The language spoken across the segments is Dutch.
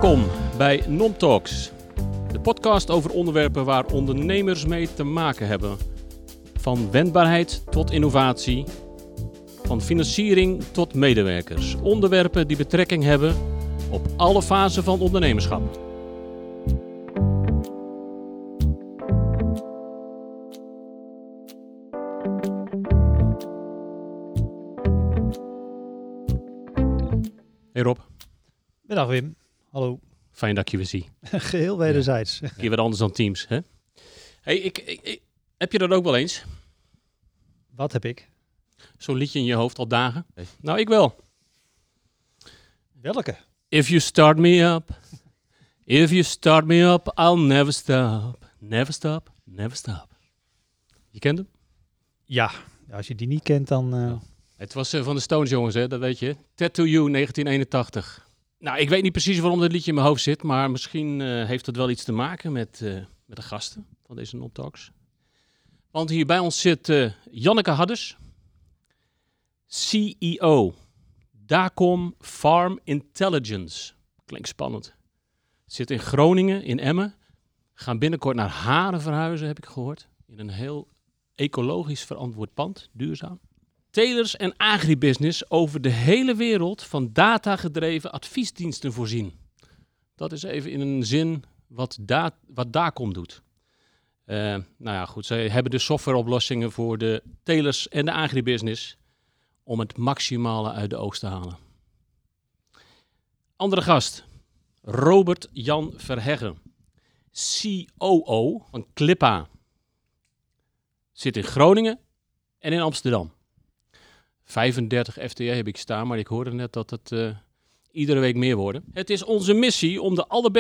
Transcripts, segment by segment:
Welkom bij NOM Talks, de podcast over onderwerpen waar ondernemers mee te maken hebben. Van wendbaarheid tot innovatie, van financiering tot medewerkers. Onderwerpen die betrekking hebben op alle fasen van ondernemerschap. Hey Rob. Middag Wim, hallo. Fijn dat ik je weer zie. Geheel wederzijds. Een keer wat anders dan Teams, hè? Hey, heb je dat ook wel eens? Wat heb ik? Zo'n liedje in je hoofd al dagen? Nou, ik wel. Welke? If you start me up, if you start me up, I'll never stop. Never stop, never stop. Je kent hem? Ja, als je die niet kent dan... Het was van de Stones, jongens, hè? Dat weet je. Tattoo You, 1981. Nou, ik weet niet precies waarom dat liedje in mijn hoofd zit, maar misschien heeft het wel iets te maken met de gasten van deze NOM Talks. Want hier bij ons zit Janneke Hadders, CEO, Dacom Farm Intelligence. Klinkt spannend. Zit in Groningen, in Emmen. Gaan binnenkort naar Haren verhuizen, heb ik gehoord. In een heel ecologisch verantwoord pand, duurzaam. Telers en agribusiness over de hele wereld van datagedreven adviesdiensten voorzien. Dat is even in een zin wat Dacom doet. Nou ja, goed. Zij hebben de softwareoplossingen voor de telers en de agribusiness om het maximale uit de oogst te halen. Andere gast, Robert Jan Verheggen, COO van Clippa. Zit in Groningen en in Amsterdam. 35 FTE heb ik staan, maar ik hoorde net dat het iedere week meer worden. Het is onze missie om met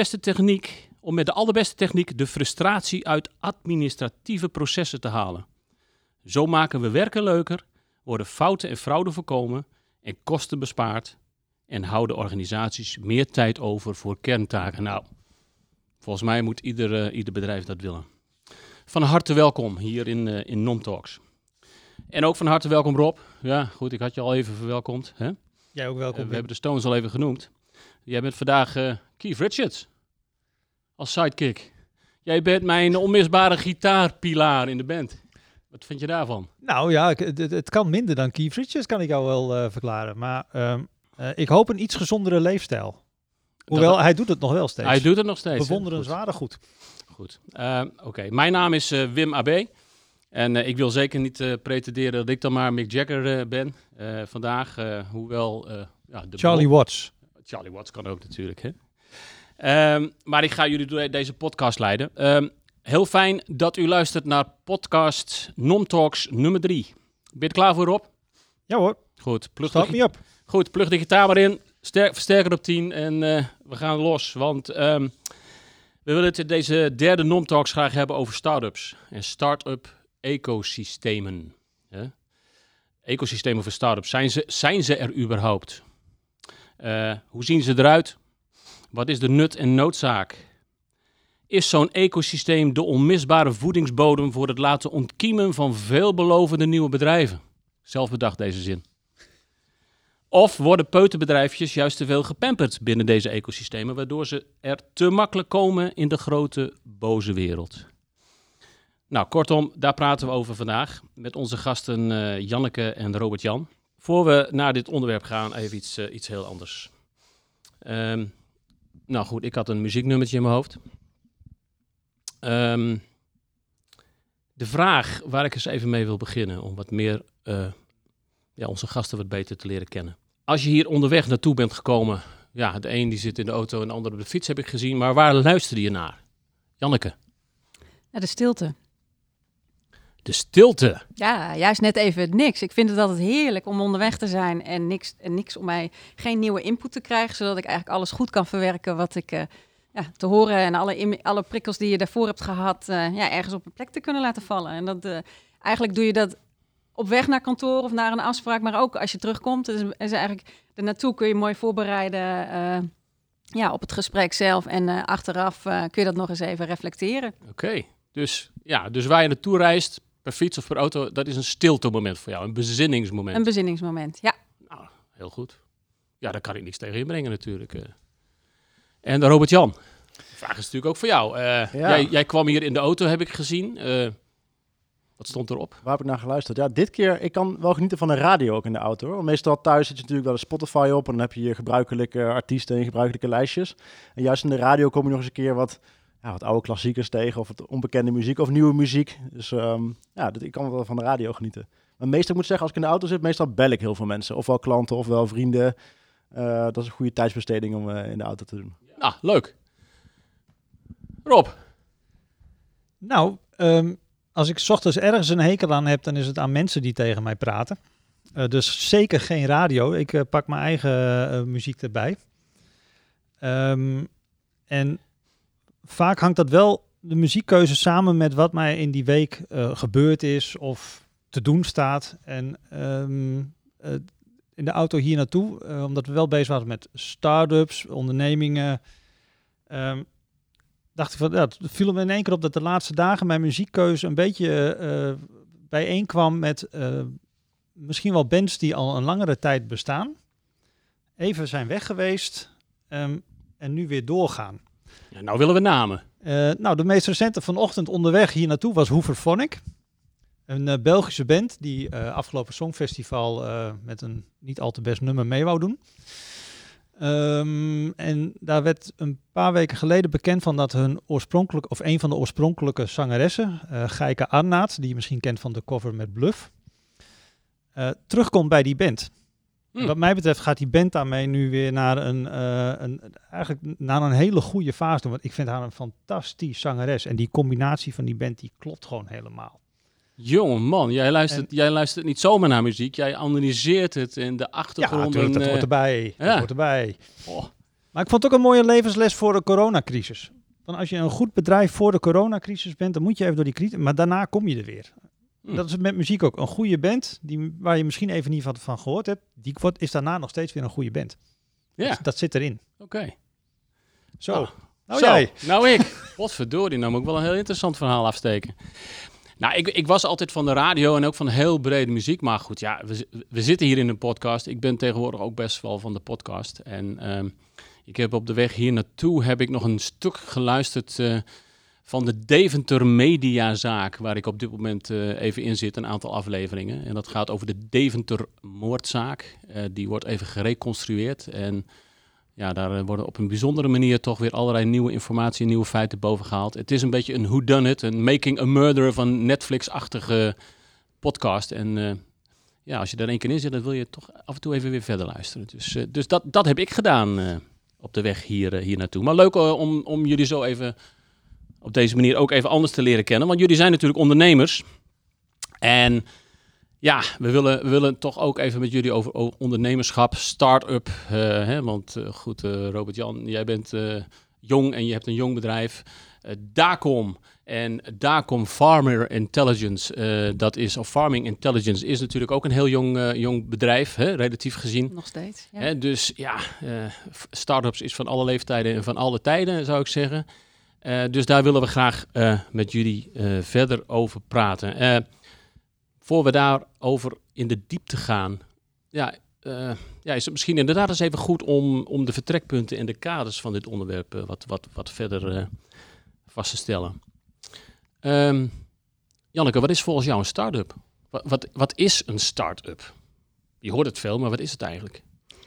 de allerbeste techniek de frustratie uit administratieve processen te halen. Zo maken we werken leuker, worden fouten en fraude voorkomen en kosten bespaard en houden organisaties meer tijd over voor kerntaken. Nou, volgens mij moet ieder bedrijf dat willen. Van harte welkom hier in NOM Talks. En ook van harte welkom Rob. Ja, goed, ik had je al even verwelkomd. Hè? Jij ook welkom. We hebben de Stones al even genoemd. Jij bent vandaag Keith Richards als sidekick. Jij bent mijn onmisbare gitaarpilaar in de band. Wat vind je daarvan? Nou ja, het kan minder dan Keith Richards, kan ik jou wel verklaren. Maar ik hoop een iets gezondere leefstijl. Hoewel, hij doet het nog wel steeds. Hij doet het nog steeds. Bewonderenswaardig goed. Goed. Oké. Mijn naam is Wim AB. En ik wil zeker niet pretenderen dat ik dan maar Mick Jagger ben vandaag. Hoewel... Charlie Watts. Charlie Watts kan ook natuurlijk. Hè? Maar ik ga jullie door deze podcast leiden. Heel fijn dat u luistert naar podcast NOM Talks nummer 3. Ben je er klaar voor, Rob? Ja hoor. Goed. Start me op. Goed, plug de gitaar maar in. Versterker op 10 en we gaan los. Want we willen het deze derde NOM Talks graag hebben over start-ups. En start-up ecosystemen. Ecosystemen voor start-ups. Zijn ze er überhaupt? Hoe zien ze eruit? Wat is de nut en noodzaak? Is zo'n ecosysteem de onmisbare voedingsbodem voor het laten ontkiemen van veelbelovende nieuwe bedrijven? Zelf bedacht deze zin. Of worden peuterbedrijfjes juist te veel gepamperd binnen deze ecosystemen, waardoor ze er te makkelijk komen in de grote boze wereld? Nou, kortom, daar praten we over vandaag met onze gasten Janneke en Robert Jan. Voor we naar dit onderwerp gaan, even iets heel anders. Nou goed, ik had een muzieknummertje in mijn hoofd. De vraag waar ik eens even mee wil beginnen, om wat meer onze gasten wat beter te leren kennen. Als je hier onderweg naartoe bent gekomen, ja, de een die zit in de auto en de ander op de fiets heb ik gezien, maar waar luister je naar? Janneke? Ja, de stilte. De stilte. Ja, juist net even niks. Ik vind het altijd heerlijk om onderweg te zijn en niks om mij, geen nieuwe input te krijgen, zodat ik eigenlijk alles goed kan verwerken wat ik te horen en alle prikkels die je daarvoor hebt gehad, ergens op een plek te kunnen laten vallen. En dat eigenlijk doe je dat op weg naar kantoor of naar een afspraak, maar ook als je terugkomt. Dus is eigenlijk daarnaartoe kun je mooi voorbereiden op het gesprek zelf en achteraf kun je dat nog eens even reflecteren. Oké. Dus waar je naartoe reist, per fiets of per auto, dat is een stiltemoment voor jou, een bezinningsmoment. Een bezinningsmoment, ja. Nou, heel goed. Ja, daar kan ik niks tegen inbrengen natuurlijk. En Robert-Jan, de vraag is natuurlijk ook voor jou. Jij kwam hier in de auto, heb ik gezien. Wat stond erop? Waar heb ik naar geluisterd? Ja, dit keer, ik kan wel genieten van de radio ook in de auto. Hoor. Meestal thuis zit je natuurlijk wel een Spotify op en dan heb je je gebruikelijke artiesten en gebruikelijke lijstjes. En juist in de radio kom je nog eens een keer wat oude klassiekers tegen of wat onbekende muziek of nieuwe muziek. Dus ik kan wel van de radio genieten. Maar meestal moet ik zeggen, als ik in de auto zit, meestal bel ik heel veel mensen. Ofwel klanten, ofwel vrienden. Dat is een goede tijdsbesteding om in de auto te doen. Ah, leuk. Rob? Nou, als ik 's ochtends ergens een hekel aan heb, dan is het aan mensen die tegen mij praten. Dus zeker geen radio. Ik pak mijn eigen muziek erbij. En vaak hangt dat wel, de muziekkeuze, samen met wat mij in die week gebeurd is of te doen staat. En in de auto hier naartoe, omdat we wel bezig waren met start-ups, ondernemingen, dacht ik van, het viel me in één keer op dat de laatste dagen mijn muziekkeuze een beetje bijeenkwam met misschien wel bands die al een langere tijd bestaan, even zijn weg geweest en nu weer doorgaan. Ja, nou willen we namen. De meest recente vanochtend onderweg hier naartoe was Hooverphonic. Een Belgische band die afgelopen Songfestival met een niet al te best nummer mee wou doen. En daar werd een paar weken geleden bekend van dat een van de oorspronkelijke zangeressen, Gijke Arnaert, die je misschien kent van de cover met Bluff, terugkomt bij die band. Wat mij betreft gaat die band daarmee nu weer naar een hele goede fase doen. Want ik vind haar een fantastisch zangeres. En die combinatie van die band, die klopt gewoon helemaal. Jonge man, jij luistert niet zomaar naar muziek. Jij analyseert het in de achtergrond. Ja, dat hoort erbij. Dat hoort erbij. Oh. Maar ik vond het ook een mooie levensles voor de coronacrisis. Want als je een goed bedrijf voor de coronacrisis bent, dan moet je even door die crisis. Maar daarna kom je er weer. Dat is met muziek ook. Een goede band, waar je misschien even niet van gehoord hebt, is daarna nog steeds weer een goede band. Ja. Dus dat zit erin. Oké. Zo. Jij. Nou ik. Potverdorie, nou moet ik wel een heel interessant verhaal afsteken. Nou, ik was altijd van de radio en ook van heel brede muziek. Maar goed, ja, we zitten hier in een podcast. Ik ben tegenwoordig ook best wel van de podcast. En ik heb op de weg hier naartoe nog een stuk geluisterd van de Deventer Mediazaak, waar ik op dit moment even in zit, een aantal afleveringen. En dat gaat over de Deventer moordzaak. Die wordt even gereconstrueerd en ja, daar worden op een bijzondere manier toch weer allerlei nieuwe informatie en nieuwe feiten boven gehaald. Het is een beetje een whodunit, een Making a Murderer van Netflix-achtige podcast. En als je daar één keer in zit, dan wil je toch af en toe even weer verder luisteren. Dus dat heb ik gedaan op de weg hier naartoe. Maar leuk om jullie zo even op deze manier ook even anders te leren kennen. Want jullie zijn natuurlijk ondernemers. En ja, we willen toch ook even met jullie over ondernemerschap, start-up. Robert-Jan, jij bent jong en je hebt een jong bedrijf. Dacom en Dacom Farmer Intelligence. Farming Intelligence is natuurlijk ook een heel jong bedrijf, relatief gezien. Nog steeds, ja. Dus ja, start-ups is van alle leeftijden en van alle tijden, zou ik zeggen. Dus daar willen we graag met jullie verder over praten. Voor we daarover in de diepte gaan, is het misschien inderdaad eens even goed om de vertrekpunten en de kaders van dit onderwerp wat verder vast te stellen. Janneke, wat is volgens jou een start-up? Wat is een start-up? Je hoort het veel, maar wat is het eigenlijk?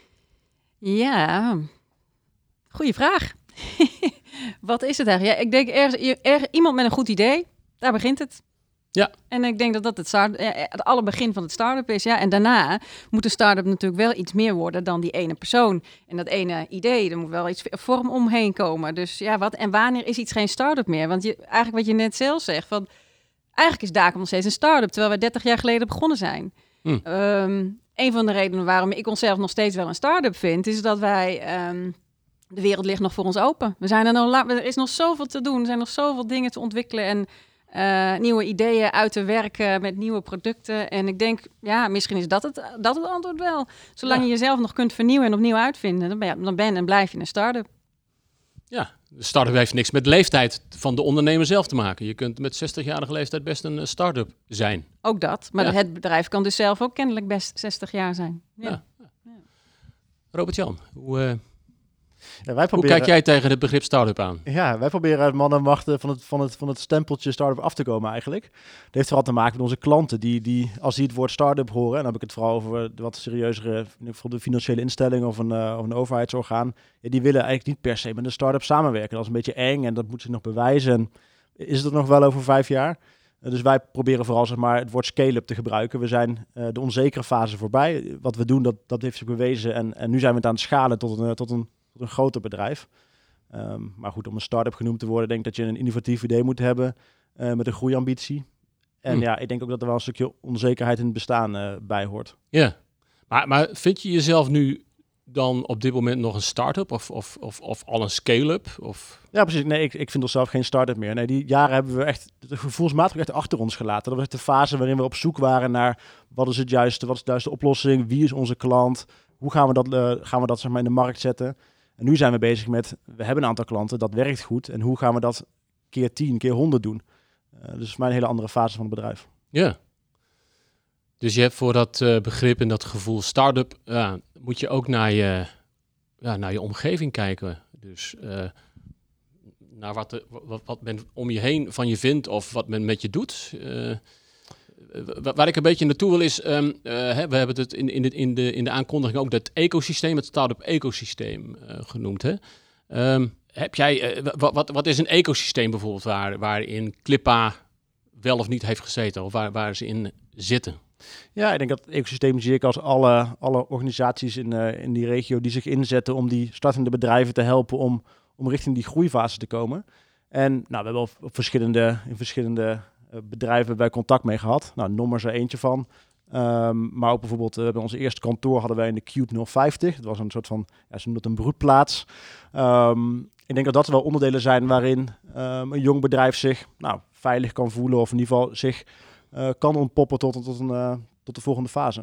Ja, goeie vraag. Wat is het eigenlijk? Ja, ik denk iemand met een goed idee, daar begint het. Ja. En ik denk dat het alle begin van het start-up is. Ja. En daarna moet de start-up natuurlijk wel iets meer worden dan die ene persoon. En dat ene idee, er moet wel iets vorm omheen komen. Dus ja, wat en wanneer is iets geen start-up meer? Want eigenlijk wat je net zelf zegt, van eigenlijk is Dacom nog steeds een start-up, terwijl wij 30 jaar geleden begonnen zijn. Een van de redenen waarom ik onszelf nog steeds wel een start-up vind, is dat wij de wereld ligt nog voor ons open. Er is nog zoveel te doen, er zijn nog zoveel dingen te ontwikkelen en nieuwe ideeën uit te werken met nieuwe producten. En ik denk, ja, misschien is dat het antwoord wel. Zolang je jezelf nog kunt vernieuwen en opnieuw uitvinden, dan blijf je een start-up. Ja, de start-up heeft niks met leeftijd van de ondernemer zelf te maken. Je kunt met 60-jarige leeftijd best een start-up zijn. Ook dat, maar het bedrijf kan dus zelf ook kennelijk best 60 jaar zijn. Ja. Robert-Jan, hoe Ja, Hoe kijk jij tegen het begrip start-up aan? Ja, wij proberen uit man en macht van het stempeltje start-up af te komen eigenlijk. Dat heeft vooral te maken met onze klanten die als die het woord start-up horen, en dan heb ik het vooral over de wat serieuzere, bijvoorbeeld de financiële instelling of een overheidsorgaan, ja, die willen eigenlijk niet per se met een start-up samenwerken. Dat is een beetje eng en dat moet zich nog bewijzen. En is het er nog wel over 5 jaar? Dus wij proberen vooral zeg maar, het woord scale-up te gebruiken. We zijn de onzekere fase voorbij. Wat we doen, dat heeft zich bewezen. En nu zijn we het aan het schalen tot een groter bedrijf. Maar goed, om een start-up genoemd te worden, denk ik dat je een innovatief idee moet hebben met een groeiambitie. En ja, ik denk ook dat er wel een stukje onzekerheid in het bestaan bij hoort. Ja, maar vind je jezelf nu dan op dit moment nog een start-up of al een scale-up? Ja, precies. Nee, ik vind onszelf geen start-up meer. Nee, die jaren hebben we echt gevoelsmatig echt achter ons gelaten. Dat was echt de fase waarin we op zoek waren naar wat is de juiste oplossing, wie is onze klant, hoe gaan we dat zeg maar in de markt zetten. En nu zijn we bezig met, we hebben een aantal klanten, dat werkt goed. En hoe gaan we dat keer 10, keer 100 doen? Dus voor mij een hele andere fase van het bedrijf. Ja. Dus je hebt voor dat begrip en dat gevoel start-up, moet je ook naar je omgeving kijken. Dus naar wat men om je heen van je vindt of wat men met je doet. Waar ik een beetje naartoe wil is, we hebben het in de aankondiging ook dat ecosysteem, het start-up ecosysteem genoemd. Hè? Heb jij, wat is een ecosysteem bijvoorbeeld waarin Clippa wel of niet heeft gezeten of waar ze in zitten? Ja, ik denk dat het ecosysteem zie ik als alle organisaties in die regio die zich inzetten om die startende bedrijven te helpen om richting die groeifase te komen. En nou, we hebben al in verschillende bedrijven bij contact mee gehad. Nou, Nom is er eentje van. Maar ook bijvoorbeeld bij ons eerste kantoor hadden wij in de Cube 050. Dat was een soort van, ze noemen het een broedplaats. Ik denk dat dat wel onderdelen zijn waarin een jong bedrijf zich veilig kan voelen of in ieder geval zich kan ontpoppen tot de volgende fase.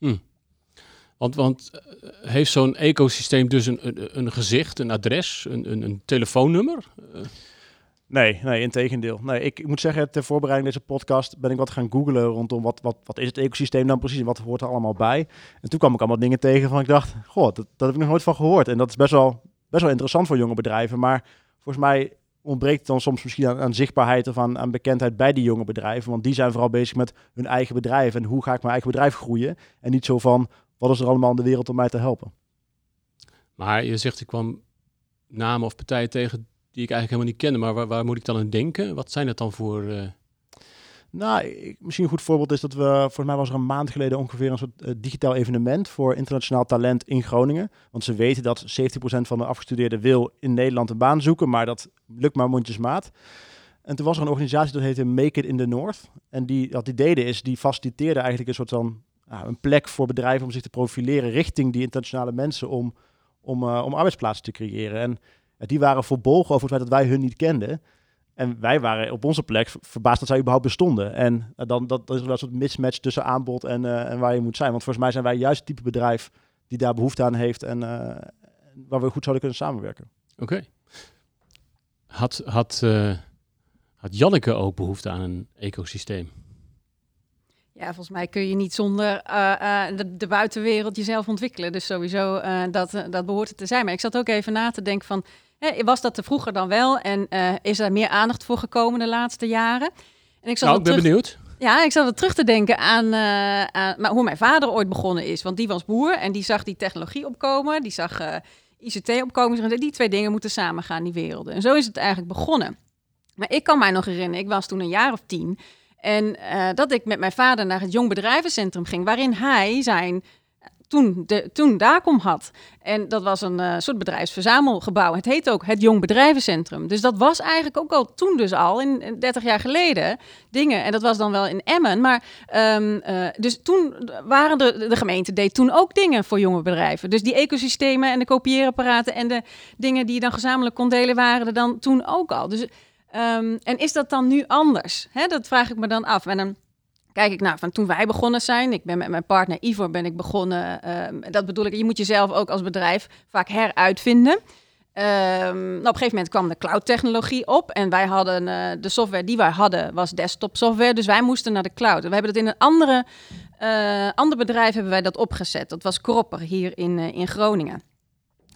Want heeft zo'n ecosysteem dus een gezicht, een adres, een telefoonnummer? Nee, integendeel. Nee, ik moet zeggen, ter voorbereiding deze podcast ben ik wat gaan googlen rondom wat is het ecosysteem dan precies en wat hoort er allemaal bij. En toen kwam ik allemaal dingen tegen van ik dacht, goh, dat heb ik nog nooit van gehoord. En dat is best wel interessant voor jonge bedrijven, maar volgens mij ontbreekt het dan soms misschien aan zichtbaarheid of aan bekendheid bij die jonge bedrijven, want die zijn vooral bezig met hun eigen bedrijf en hoe ga ik mijn eigen bedrijf groeien en niet zo van, wat is er allemaal in de wereld om mij te helpen. Maar je zegt, ik kwam namen of partijen tegen die ik eigenlijk helemaal niet kende, maar waar moet ik dan aan denken? Wat zijn het dan voor... misschien een goed voorbeeld is dat volgens mij was er een maand geleden ongeveer een soort digitaal evenement voor internationaal talent in Groningen. Want ze weten dat 70% van de afgestudeerden wil in Nederland een baan zoeken, maar dat lukt maar mondjesmaat. En toen was er een organisatie dat heette Make It in the North. En wat die deden is, die faciliteerde eigenlijk een soort van een plek voor bedrijven om zich te profileren richting die internationale mensen om arbeidsplaatsen te creëren. En die waren verbolgen over het feit dat wij hun niet kenden. En wij waren op onze plek verbaasd dat zij überhaupt bestonden. En dat is wel een soort mismatch tussen aanbod en waar je moet zijn. Want volgens mij zijn wij juist het type bedrijf die daar behoefte aan heeft en waar we goed zouden kunnen samenwerken. Oké. Had Janneke ook behoefte aan een ecosysteem? Ja, volgens mij kun je niet zonder de buitenwereld jezelf ontwikkelen. Dus sowieso, dat behoort het te zijn. Maar ik zat ook even na te denken van, was dat er vroeger dan wel? En is er meer aandacht voor gekomen de laatste jaren? En ik ben benieuwd. Ja, ik zat wel terug te denken aan hoe mijn vader ooit begonnen is. Want die was boer en die zag die technologie opkomen. Die zag ICT opkomen. Die twee dingen moeten samengaan, die werelden. En zo is het eigenlijk begonnen. Maar ik kan mij nog herinneren, ik was toen een jaar of 10... En dat ik met mijn vader naar het Jong Bedrijvencentrum ging, waarin hij zijn toen Dacom had. En dat was een soort bedrijfsverzamelgebouw. Het heet ook het Jong Bedrijvencentrum. Dus dat was eigenlijk ook al toen dus al, in 30 jaar geleden, dingen. En dat was dan wel in Emmen. Maar dus toen waren de gemeente deed toen ook dingen voor jonge bedrijven. Dus die ecosystemen en de kopieerapparaten en de dingen die je dan gezamenlijk kon delen, waren er dan toen ook al. Dus... en is dat dan nu anders? Dat vraag ik me dan af. En dan kijk ik van toen wij begonnen zijn. Ik ben met mijn partner Ivor begonnen. Dat bedoel ik, je moet jezelf ook als bedrijf vaak heruitvinden. Op een gegeven moment kwam de cloud-technologie op. En wij hadden de software die wij hadden was desktop software. Dus wij moesten naar de cloud. En we hebben het in een ander bedrijf hebben wij dat opgezet. Dat was Kropper hier in Groningen.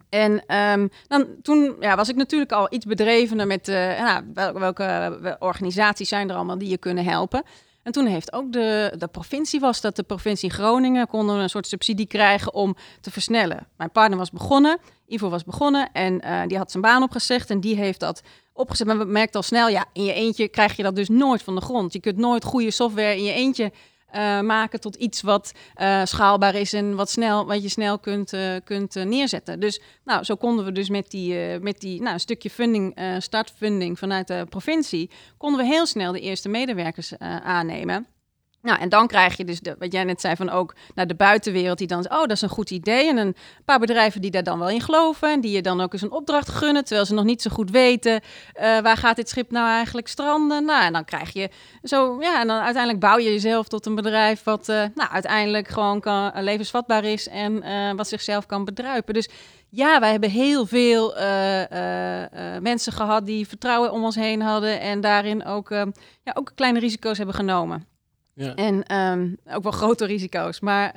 En toen was ik natuurlijk al iets bedrevener met welke organisaties zijn er allemaal die je kunnen helpen. En toen heeft ook de provincie, was dat de provincie Groningen, konden we een soort subsidie krijgen om te versnellen. Mijn partner was begonnen, Ivo was begonnen en die had zijn baan opgezegd en die heeft dat opgezet. Maar we merkten al snel, in je eentje krijg je dat dus nooit van de grond. Je kunt nooit goede software in je eentje maken tot iets wat schaalbaar is en wat je snel kunt neerzetten. Dus zo konden we dus met die een stukje funding, startfunding vanuit de provincie, konden we heel snel de eerste medewerkers aannemen. Nou, en dan krijg je dus wat jij net zei van ook naar de buitenwereld die dan dat is een goed idee. En een paar bedrijven die daar dan wel in geloven en die je dan ook eens een opdracht gunnen, terwijl ze nog niet zo goed weten waar gaat dit schip nou eigenlijk stranden. Nou, en dan krijg je en dan uiteindelijk bouw je jezelf tot een bedrijf wat uiteindelijk gewoon levensvatbaar is en wat zichzelf kan bedruipen. Dus ja, wij hebben heel veel mensen gehad die vertrouwen om ons heen hadden en daarin ook kleine risico's hebben genomen. Ja. En ook wel grote risico's. Maar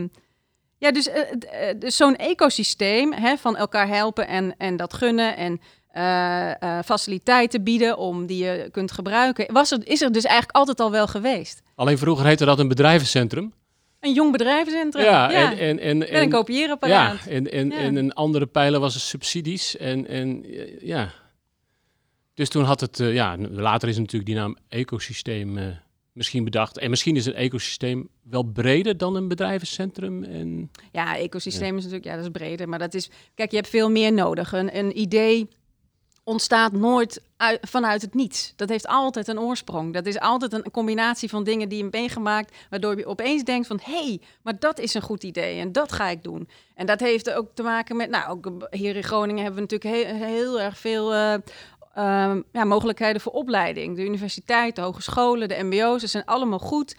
dus zo'n ecosysteem van elkaar helpen en dat gunnen en faciliteiten bieden om die je kunt gebruiken, is er dus eigenlijk altijd al wel geweest. Alleen vroeger heette dat een bedrijvencentrum. Een jong bedrijvencentrum, en een kopieerapparaat. Ja, en een andere pijler was subsidies. Dus toen had het, later is natuurlijk die naam ecosysteem misschien bedacht. En misschien is een ecosysteem wel breder dan een bedrijvencentrum. Ja, ecosysteem is natuurlijk, dat is breder. Maar dat is, kijk, je hebt veel meer nodig. Een idee ontstaat nooit vanuit het niets. Dat heeft altijd een oorsprong. Dat is altijd een combinatie van dingen die je hebt meegemaakt, waardoor je opeens denkt van, hé, maar dat is een goed idee en dat ga ik doen. En dat heeft ook te maken met, ook hier in Groningen hebben we natuurlijk heel erg veel mogelijkheden voor opleiding. De universiteit, de hogescholen, de mbo's, dat zijn allemaal goed.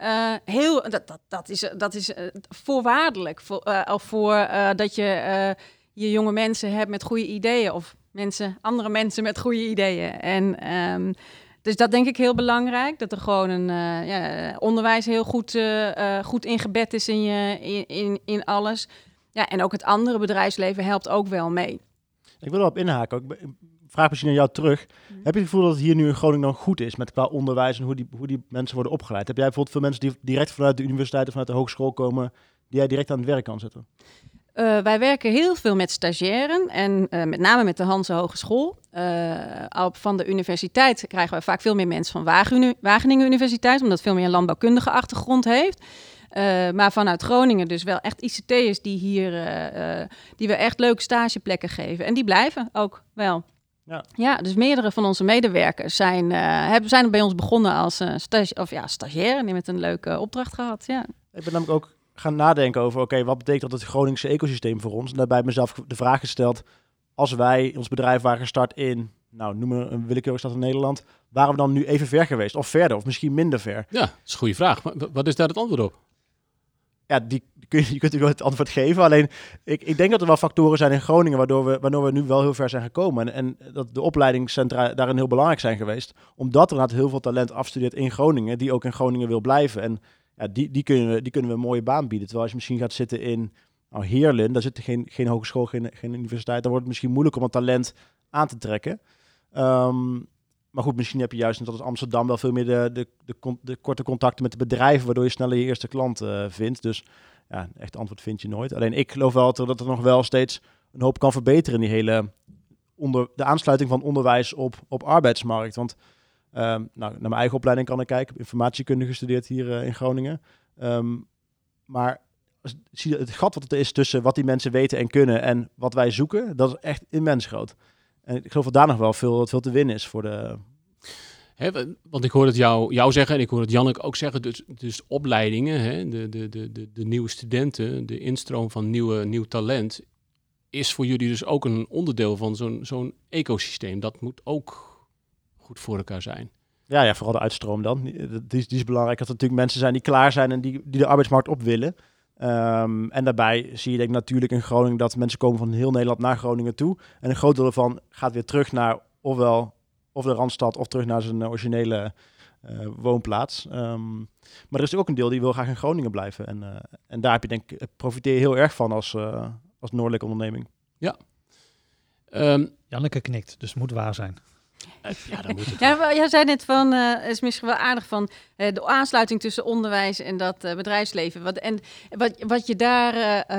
Dat is voorwaardelijk voor dat je jonge mensen hebt met goede ideeën of andere mensen met goede ideeën. En dus dat denk ik heel belangrijk, dat er gewoon een onderwijs heel goed ingebed is in alles. Ja, en ook het andere bedrijfsleven helpt ook wel mee. Ik wil erop inhaken. Ik vraag misschien aan jou terug. Heb je het gevoel dat het hier nu in Groningen dan goed is met qua onderwijs en hoe die mensen worden opgeleid? Heb jij bijvoorbeeld veel mensen die direct vanuit de universiteit of vanuit de hogeschool komen, die jij direct aan het werk kan zetten? Wij werken heel veel met stagiairen en met name met de Hanse Hogeschool. Van de universiteit krijgen we vaak veel meer mensen van Wageningen Universiteit, omdat het veel meer een landbouwkundige achtergrond heeft. Maar vanuit Groningen dus wel echt ICT'ers die we echt leuke stageplekken geven. En die blijven ook wel. Ja, dus meerdere van onze medewerkers zijn bij ons begonnen als stagiair en die met een leuke opdracht gehad. Ja. Ik ben namelijk ook gaan nadenken over, wat betekent dat het Groningse ecosysteem voor ons? En daarbij mezelf de vraag gesteld, als wij ons bedrijf waren gestart in, noem maar een willekeurige stad in Nederland, waren we dan nu even ver geweest? Of verder, of misschien minder ver? Ja, dat is een goede vraag. Maar wat is daar het antwoord op? Ja, je kunt natuurlijk wel het antwoord geven. Alleen, ik denk dat er wel factoren zijn in Groningen waardoor we nu wel heel ver zijn gekomen. En dat de opleidingscentra daarin heel belangrijk zijn geweest. Omdat er inderdaad heel veel talent afstudeert in Groningen, die ook in Groningen wil blijven. En die kunnen we een mooie baan bieden. Terwijl als je misschien gaat zitten in Heerlen, daar zit geen hogeschool, geen universiteit. Dan wordt het misschien moeilijk om dat talent aan te trekken. Maar goed, misschien heb je juist net als Amsterdam wel veel meer de korte contacten met de bedrijven, waardoor je sneller je eerste klant vindt. Dus echt antwoord vind je nooit. Alleen ik geloof wel dat er nog wel steeds een hoop kan verbeteren in die hele de aansluiting van onderwijs op arbeidsmarkt. Want naar mijn eigen opleiding kan ik kijken. Ik heb informatiekunde gestudeerd hier in Groningen. Maar zie je het gat wat er is tussen wat die mensen weten en kunnen en wat wij zoeken, dat is echt immens groot. En ik geloof dat daar nog wel veel te winnen is voor de... Want ik hoor het jou zeggen en ik hoor het Janneke ook zeggen. Dus opleidingen, de nieuwe studenten, de instroom van nieuw talent, is voor jullie dus ook een onderdeel van zo'n ecosysteem. Dat moet ook goed voor elkaar zijn. Ja, vooral de uitstroom dan. Die is belangrijk dat er natuurlijk mensen zijn die klaar zijn en die de arbeidsmarkt op willen. En daarbij zie je denk ik natuurlijk in Groningen dat mensen komen van heel Nederland naar Groningen toe. En een groot deel ervan gaat weer terug naar ofwel de Randstad of terug naar zijn originele woonplaats. Maar er is ook een deel die wil graag in Groningen blijven. En daar heb je profiteer je heel erg van als noordelijke onderneming. Ja. Janneke knikt, dus het moet waar zijn. Ja, dan moet het. Ja, jij zei net van, is misschien wel aardig van de aansluiting tussen onderwijs en dat bedrijfsleven. Wat je daar,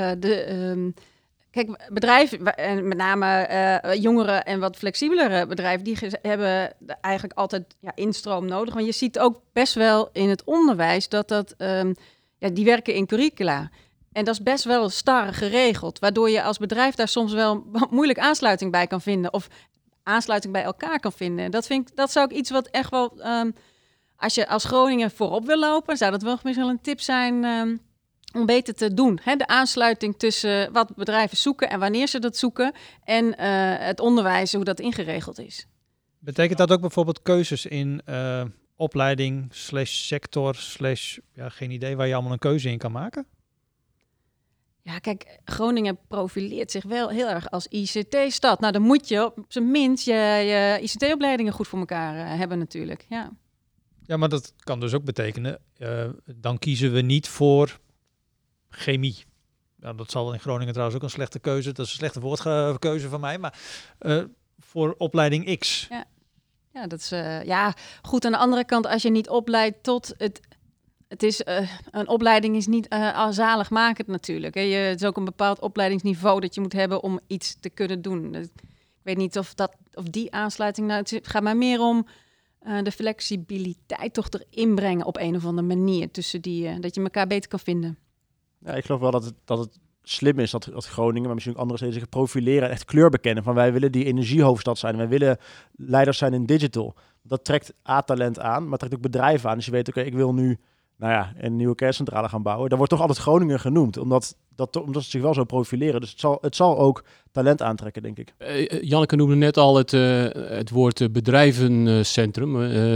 kijk, bedrijven, en met name jongere en wat flexibelere bedrijven, die hebben eigenlijk altijd instroom nodig. Want je ziet ook best wel in het onderwijs dat die werken in curricula. En dat is best wel star geregeld, waardoor je als bedrijf daar soms wel moeilijk aansluiting bij kan vinden. Of aansluiting bij elkaar kan vinden. Dat zou ik iets wat echt wel, als je als Groningen voorop wil lopen, zou dat wel misschien een tip zijn om beter te doen. Hè? De aansluiting tussen wat bedrijven zoeken en wanneer ze dat zoeken en het onderwijs, hoe dat ingeregeld is. Betekent dat ook bijvoorbeeld keuzes in opleiding /sector geen idee waar je allemaal een keuze in kan maken? Ja, kijk, Groningen profileert zich wel heel erg als ICT-stad. Nou, dan moet je op zijn minst je ICT-opleidingen goed voor elkaar hebben natuurlijk. Ja, maar dat kan dus ook betekenen, dan kiezen we niet voor chemie. Nou, dat zal in Groningen trouwens ook een slechte keuze. Dat is een slechte woordkeuze van mij, maar voor opleiding X. Ja, dat is goed. Aan de andere kant, als je niet opleidt tot het is, een opleiding is niet zaligmakend natuurlijk. Hè. Het is ook een bepaald opleidingsniveau dat je moet hebben om iets te kunnen doen. Ik weet niet of die aansluiting, het gaat maar meer om de flexibiliteit toch erin brengen op een of andere manier. Tussen dat je elkaar beter kan vinden. Ja, ik geloof wel dat het slim is dat Groningen, maar misschien ook andere steden zich profileren en echt kleur bekennen. Van wij willen die energiehoofdstad zijn. Wij willen leiders zijn in digital. Dat trekt A-talent aan, maar trekt ook bedrijven aan. Dus je weet, oké, ik wil nu een nieuwe kerncentrale gaan bouwen. Daar wordt toch altijd Groningen genoemd, omdat ze zich wel zo profileren. Dus het zal ook talent aantrekken, denk ik. Janneke noemde net al het woord bedrijvencentrum.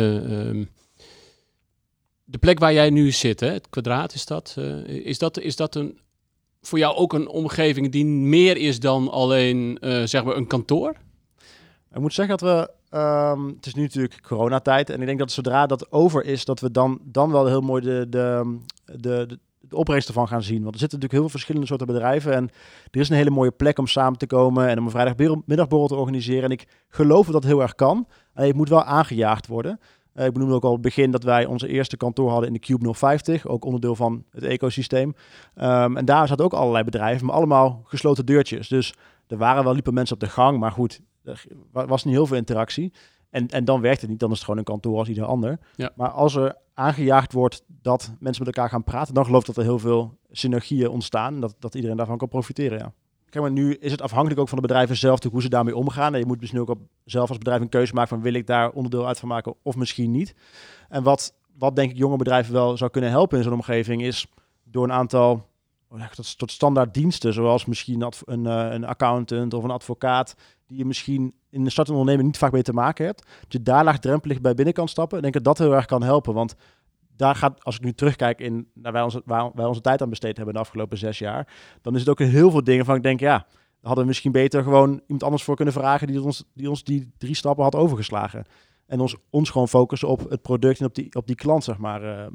De plek waar jij nu zit, het kwadraat is dat voor jou ook een omgeving die meer is dan alleen zeg maar een kantoor? Ik moet zeggen dat we, het is nu natuurlijk coronatijd en ik denk dat zodra dat over is, dat we dan wel heel mooi de opbrengst ervan gaan zien. Want er zitten natuurlijk heel veel verschillende soorten bedrijven en er is een hele mooie plek om samen te komen en om een vrijdagmiddagborrel te organiseren. En ik geloof dat heel erg kan. Het moet wel aangejaagd worden. Ik benoemde ook al op het begin dat wij onze eerste kantoor hadden in de Cube 050, ook onderdeel van het ecosysteem. En daar zaten ook allerlei bedrijven, maar allemaal gesloten deurtjes. Dus liepen mensen op de gang, maar goed, er was niet heel veel interactie. En dan werkt het niet, dan is het gewoon een kantoor als ieder ander. Ja. Maar als er aangejaagd wordt dat mensen met elkaar gaan praten, dan geloof ik dat er heel veel synergieën ontstaan en dat iedereen daarvan kan profiteren, ja. Kijk, maar nu is het afhankelijk ook van de bedrijven zelf hoe ze daarmee omgaan. En je moet misschien ook zelf als bedrijf een keuze maken van wil ik daar onderdeel uit van maken of misschien niet. En wat denk ik jonge bedrijven wel zou kunnen helpen in zo'n omgeving is door een aantal tot standaard diensten, zoals misschien een accountant of een advocaat, die je misschien in de startende onderneming niet vaak mee te maken hebt. Dat je daar laagdrempelig bij binnen kan stappen. Ik denk dat heel erg kan helpen, want daar gaat, als ik nu terugkijk naar waar wij onze tijd aan besteed hebben de afgelopen 6 jaar, dan is het ook heel veel dingen van ik denk, daar hadden we misschien beter gewoon iemand anders voor kunnen vragen die ons die 3 stappen had overgeslagen. En ons gewoon focussen op het product en op die klant, zeg maar,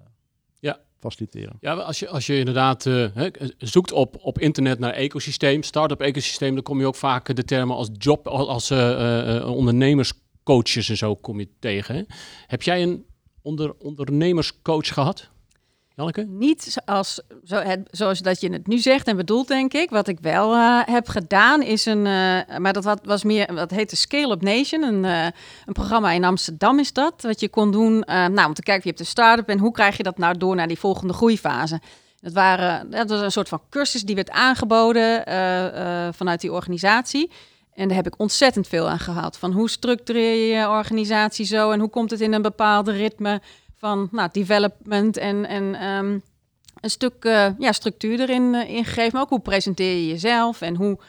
faciliteren. Ja, als je inderdaad zoekt op internet naar ecosysteem, start-up ecosysteem, dan kom je ook vaak de termen als job, als ondernemerscoaches en zo kom je tegen. Hè? Heb jij een ondernemerscoach gehad, Janneke? Niet zoals dat je het nu zegt en bedoelt, denk ik. Wat ik wel heb gedaan is maar dat heette Scale Up Nation. Een programma in Amsterdam is dat, wat je kon doen. Om te kijken, je hebt een start-up en hoe krijg je dat nou door naar die volgende groeifase. Dat was een soort van cursus die werd aangeboden vanuit die organisatie. En daar heb ik ontzettend veel aan gehad. Van hoe structureer je je organisatie zo en hoe komt het in een bepaalde ritme van development en een stuk structuur erin gegeven. Maar ook hoe presenteer je jezelf en hoe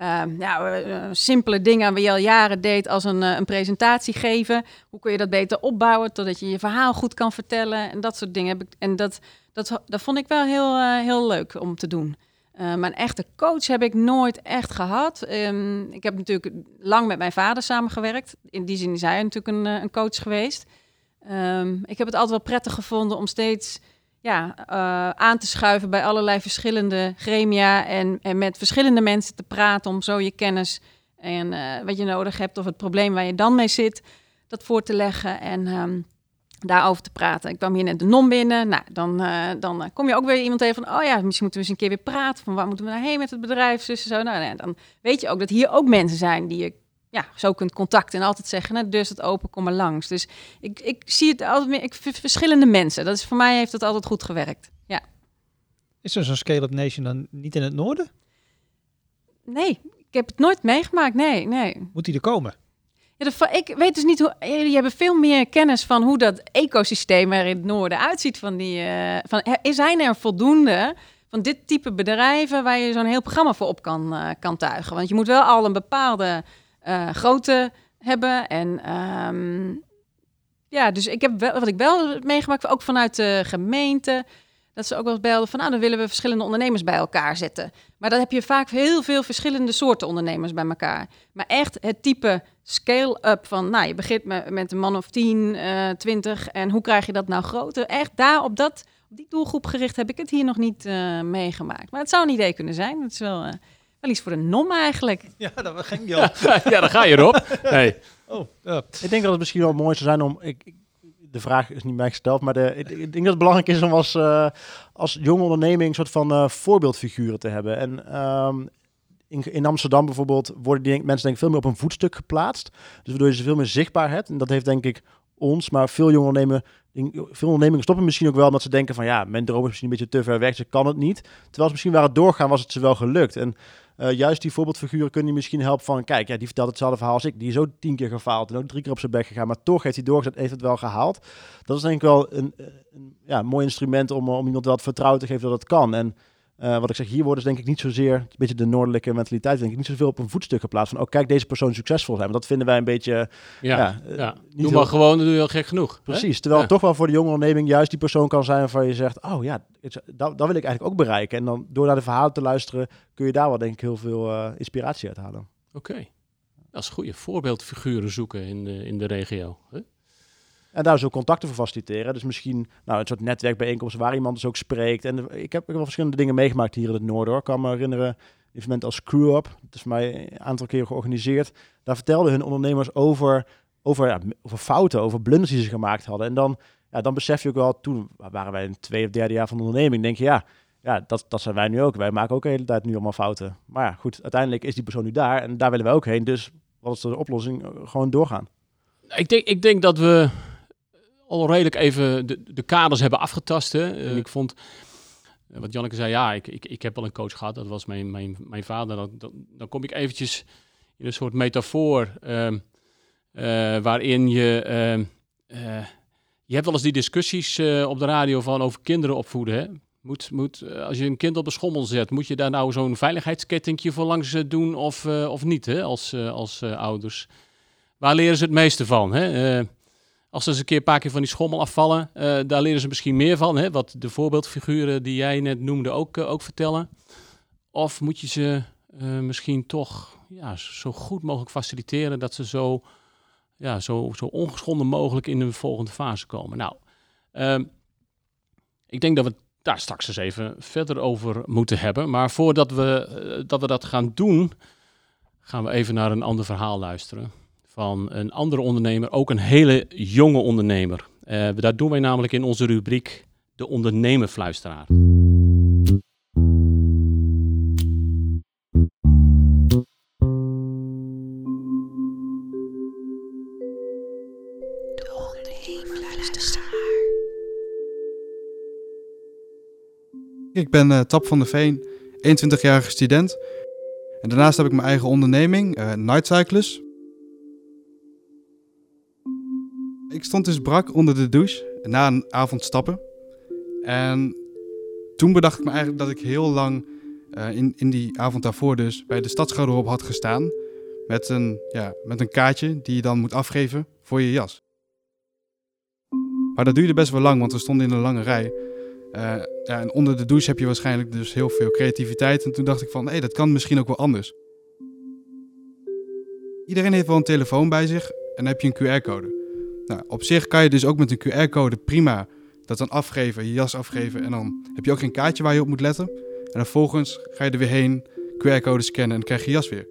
simpele dingen waar je al jaren deed als een presentatie geven. Hoe kun je dat beter opbouwen totdat je je verhaal goed kan vertellen en dat soort dingen heb ik. En dat vond ik wel heel leuk om te doen. Maar een echte coach heb ik nooit echt gehad. Ik heb natuurlijk lang met mijn vader samengewerkt. In die zin is hij natuurlijk een coach geweest. Ik heb het altijd wel prettig gevonden om steeds aan te schuiven bij allerlei verschillende gremia en met verschillende mensen te praten om zo je kennis en wat je nodig hebt of het probleem waar je dan mee zit, dat voor te leggen en daarover te praten. Ik kwam hier net de NOM binnen. Nou, dan kom je ook weer iemand tegen van, misschien moeten we eens een keer weer praten. Van waar moeten we nou heen met het bedrijf? Zo. Nou, dan weet je ook dat hier ook mensen zijn die je zo kunt contacten en altijd zeggen, de deur staat open, kom maar langs. Dus ik zie het altijd meer, verschillende mensen. Dat is, voor mij heeft het altijd goed gewerkt. Ja. Is er zo'n Scale-Up Nation dan niet in het noorden? Nee, ik heb het nooit meegemaakt. Nee. Moet die er komen? Ja, ik weet dus niet hoe. Jullie hebben veel meer kennis van hoe dat ecosysteem er in het noorden uitziet. Zijn er voldoende van dit type bedrijven waar je zo'n heel programma voor op kan tuigen? Want je moet wel al een bepaalde grootte hebben. En dus ik heb wat ik wel meegemaakt, ook vanuit de gemeente, dat ze ook wel eens belden van, dan willen we verschillende ondernemers bij elkaar zetten. Maar dan heb je vaak heel veel verschillende soorten ondernemers bij elkaar. Maar echt het type scale-up van, je begint met een man of 10, 20 en hoe krijg je dat nou groter? Echt daar op die doelgroep gericht heb ik het hier nog niet meegemaakt. Maar het zou een idee kunnen zijn. Het is wel iets voor de NOM eigenlijk. Ja, dat ging je al. Ja, daar ga je erop. Nee. Ik denk dat het misschien wel mooi zou zijn om... De vraag is niet mij gesteld, maar ik denk dat het belangrijk is om als jonge onderneming een soort van voorbeeldfiguren te hebben. En in Amsterdam bijvoorbeeld worden die mensen denk ik veel meer op een voetstuk geplaatst. Dus waardoor je ze veel meer zichtbaar hebt. En dat heeft denk ik ons, maar veel ondernemingen stoppen misschien ook wel omdat ze denken van mijn droom is misschien een beetje te ver weg, ze kan het niet. Terwijl ze misschien waren doorgaan, was het ze wel gelukt. En juist die voorbeeldfiguren kunnen je misschien helpen van, kijk, die vertelt hetzelfde verhaal als ik. Die is ook 10 keer gefaald en ook 3 keer op zijn bek gegaan, maar toch heeft hij doorgezet, heeft het wel gehaald. Dat is denk ik wel een mooi instrument om iemand wel het vertrouwen te geven dat het kan. En wat ik zeg, hier worden denk ik niet zozeer, een beetje de noordelijke mentaliteit, denk ik, niet zoveel op een voetstuk geplaatst van, kijk, deze persoon succesvol zijn. Want dat vinden wij een beetje... Doe maar gewoon, dan doe je al gek genoeg. Precies, terwijl toch wel voor de jonge onderneming juist die persoon kan zijn waarvan je zegt, dat wil ik eigenlijk ook bereiken. En dan door naar de verhalen te luisteren, kun je daar wel denk ik heel veel inspiratie uit halen. Oké. Dat is een goede voorbeeldfiguren zoeken in de regio. Hè? En daar zo contacten voor faciliteren. Dus misschien een soort netwerkbijeenkomst waar iemand dus ook spreekt. En ik heb wel verschillende dingen meegemaakt hier in het noorden. Ik kan me herinneren, een evenement als Screw Up. Dat is voor mij een aantal keren georganiseerd. Daar vertelden hun ondernemers over fouten, over blunders die ze gemaakt hadden. En dan besef je ook wel, toen waren wij in het 2e of 3e jaar van de onderneming. Denk je, dat zijn wij nu ook. Wij maken ook de hele tijd nu allemaal fouten. Maar goed, uiteindelijk is die persoon nu daar. En daar willen wij ook heen. Dus wat is de oplossing? Gewoon doorgaan. Ik denk dat we al redelijk even de kaders hebben afgetast. Hè. Ik vond, wat Janneke zei, ik heb wel een coach gehad. Dat was mijn vader. Dan kom ik eventjes in een soort metafoor waarin je hebt wel eens die discussies op de radio over kinderen opvoeden. Hè? Als je een kind op de schommel zet, moet je daar nou zo'n veiligheidskettingje voor langs doen of niet, hè? Als ouders? Waar leren ze het meeste van? Hè? Als ze eens een paar keer van die schommel afvallen, daar leren ze misschien meer van. Hè? Wat de voorbeeldfiguren die jij net noemde ook vertellen. Of moet je ze misschien toch zo goed mogelijk faciliteren dat ze zo ongeschonden mogelijk in de volgende fase komen. Nou, ik denk dat we daar straks eens even verder over moeten hebben. Maar voordat we dat gaan doen, gaan we even naar een ander verhaal luisteren. Van een andere ondernemer, ook een hele jonge ondernemer. Dat doen wij namelijk in onze rubriek De Ondernemerfluisteraar. Ik ben Tap van der Veen, 21-jarige student. En daarnaast heb ik mijn eigen onderneming, Night Cyclus. Ik stond dus brak onder de douche na een avond stappen. En toen bedacht ik me eigenlijk dat ik heel lang in die avond daarvoor dus bij de Stadsgarderobe had gestaan. Met een kaartje die je dan moet afgeven voor je jas. Maar dat duurde best wel lang, want we stonden in een lange rij. En onder de douche heb je waarschijnlijk dus heel veel creativiteit. En toen dacht ik van, dat kan misschien ook wel anders. Iedereen heeft wel een telefoon bij zich en dan heb je een QR-code. Nou, op zich kan je dus ook met een QR-code prima Dat dan afgeven, je jas afgeven en dan heb je ook geen kaartje waar je op moet letten. En dan vervolgens ga je er weer heen, QR-code scannen en dan krijg je jas weer.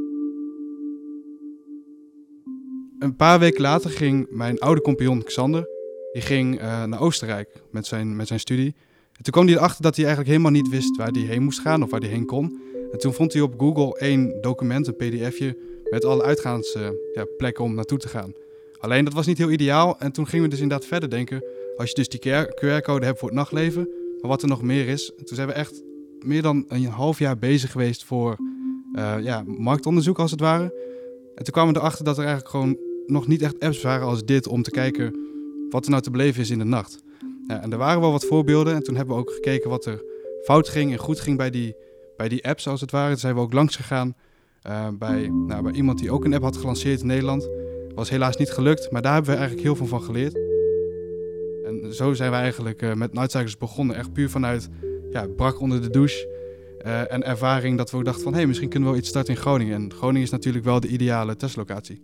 Een paar weken later ging mijn oude compagnon Xander, die ging naar Oostenrijk met zijn studie. En toen kwam hij erachter dat hij eigenlijk helemaal niet wist waar hij heen moest gaan of waar hij heen kon. En toen vond hij op Google 1 document, een pdfje, met alle uitgaansplekken om naartoe te gaan. Alleen dat was niet heel ideaal en toen gingen we dus inderdaad verder denken. Als je dus die QR-code hebt voor het nachtleven, maar wat er nog meer is. En toen zijn we echt meer dan een half jaar bezig geweest voor marktonderzoek als het ware. En toen kwamen we erachter dat er eigenlijk gewoon nog niet echt apps waren als dit om te kijken wat er nou te beleven is in de nacht. Ja, en er waren wel wat voorbeelden en toen hebben we ook gekeken wat er fout ging en goed ging bij die apps als het ware. Toen zijn we ook langs gegaan bij iemand die ook een app had gelanceerd in Nederland. Was helaas niet gelukt, maar daar hebben we eigenlijk heel veel van geleerd. En zo zijn we eigenlijk met Nightcyclers begonnen, echt puur vanuit brak onder de douche. En ervaring dat we ook dachten van misschien kunnen we wel iets starten in Groningen. En Groningen is natuurlijk wel de ideale testlocatie.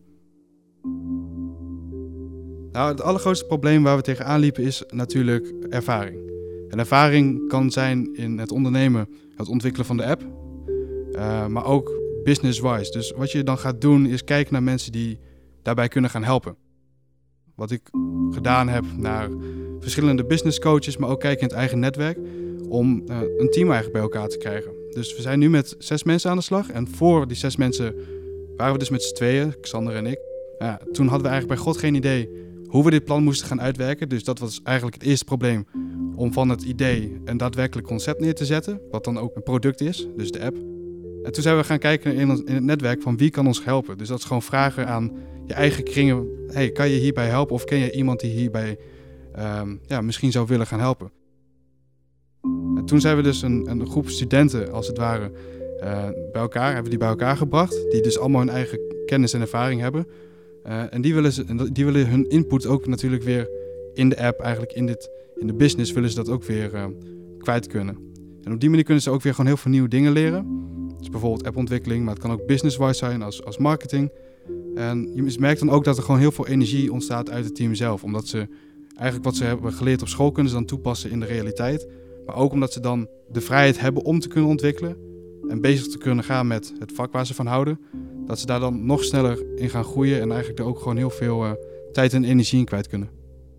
Nou, het allergrootste probleem waar we tegenaan liepen is natuurlijk ervaring. En ervaring kan zijn in het ondernemen, het ontwikkelen van de app. Maar ook business-wise. Dus wat je dan gaat doen is kijken naar mensen die daarbij kunnen gaan helpen. Wat ik gedaan heb naar verschillende business coaches, maar ook kijken in het eigen netwerk. Om een team eigenlijk bij elkaar te krijgen. Dus we zijn nu met 6 mensen aan de slag. En voor die 6 mensen waren we dus met z'n tweeën, Xander en ik. Toen hadden we eigenlijk bij God geen idee hoe we dit plan moesten gaan uitwerken. Dus dat was eigenlijk het eerste probleem. Om van het idee een daadwerkelijk concept neer te zetten. Wat dan ook een product is, dus de app. En toen zijn we gaan kijken in het netwerk van wie kan ons helpen. Dus dat is gewoon vragen aan je eigen kringen. Hey, kan je hierbij helpen? Of ken je iemand die hierbij misschien zou willen gaan helpen? En toen zijn we dus een groep studenten, als het ware, hebben die bij elkaar gebracht. Die dus allemaal hun eigen kennis en ervaring hebben. En die willen hun input ook natuurlijk weer in de app, eigenlijk in de business willen ze dat ook weer kwijt kunnen. En op die manier kunnen ze ook weer gewoon heel veel nieuwe dingen leren. Dus bijvoorbeeld appontwikkeling, maar het kan ook business-wise zijn als marketing. En je merkt dan ook dat er gewoon heel veel energie ontstaat uit het team zelf. Omdat ze eigenlijk wat ze hebben geleerd op school kunnen ze dan toepassen in de realiteit. Maar ook omdat ze dan de vrijheid hebben om te kunnen ontwikkelen en bezig te kunnen gaan met het vak waar ze van houden. Dat ze daar dan nog sneller in gaan groeien en eigenlijk er ook gewoon heel veel tijd en energie in kwijt kunnen.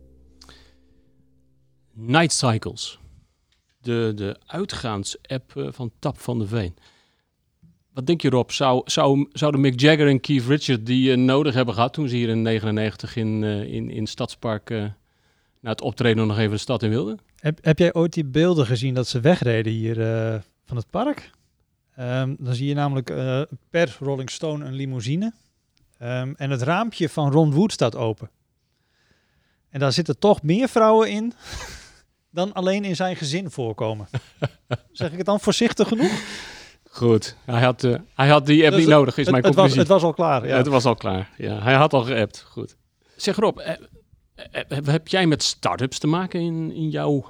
Nightcyclers, de uitgaans-app van Tap van de Veen. Wat denk je, Rob? Zouden Mick Jagger en Keith Richards die nodig hebben gehad toen ze hier in 1999 in Stadspark na het optreden nog even de stad in wilden? Heb jij ooit die beelden gezien dat ze wegreden hier van het park? Dan zie je namelijk per Rolling Stone een limousine. En het raampje van Ron Wood staat open. En daar zitten toch meer vrouwen in dan alleen in zijn gezin voorkomen. Zeg ik het dan voorzichtig genoeg? Goed, hij had die app niet nodig, is mijn conclusie. Het was al klaar. Ja. Het was al klaar, ja. Hij had al geappt, goed. Zeg Rob, heb jij met start-ups te maken in jouw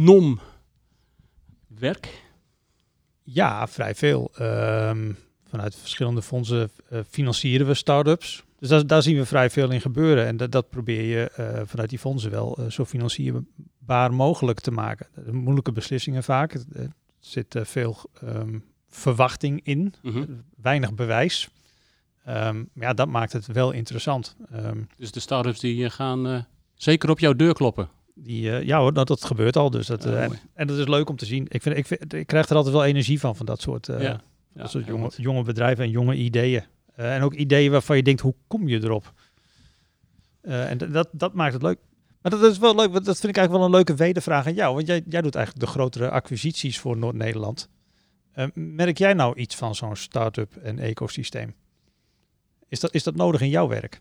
NOM-werk? Ja, vrij veel. Vanuit verschillende fondsen financieren we start-ups. Dus daar zien we vrij veel in gebeuren. En dat probeer je vanuit die fondsen wel zo financierbaar mogelijk te maken. Moeilijke beslissingen vaak. Er zit veel verwachting in. Mm-hmm. Weinig bewijs. Ja, dat maakt het wel interessant. Dus de start-ups die gaan zeker op jouw deur kloppen? Ja hoor, dat gebeurt al. Dus en dat is leuk om te zien. Ik krijg er altijd wel energie van dat soort, jonge bedrijven en jonge ideeën. En ook ideeën waarvan je denkt, hoe kom je erop? En dat maakt het leuk. Maar dat is wel leuk, dat vind ik eigenlijk wel een leuke wedervraag aan jou. Want jij doet eigenlijk de grotere acquisities voor Noord-Nederland. Merk jij nou iets van zo'n start-up en ecosysteem? Is dat nodig in jouw werk?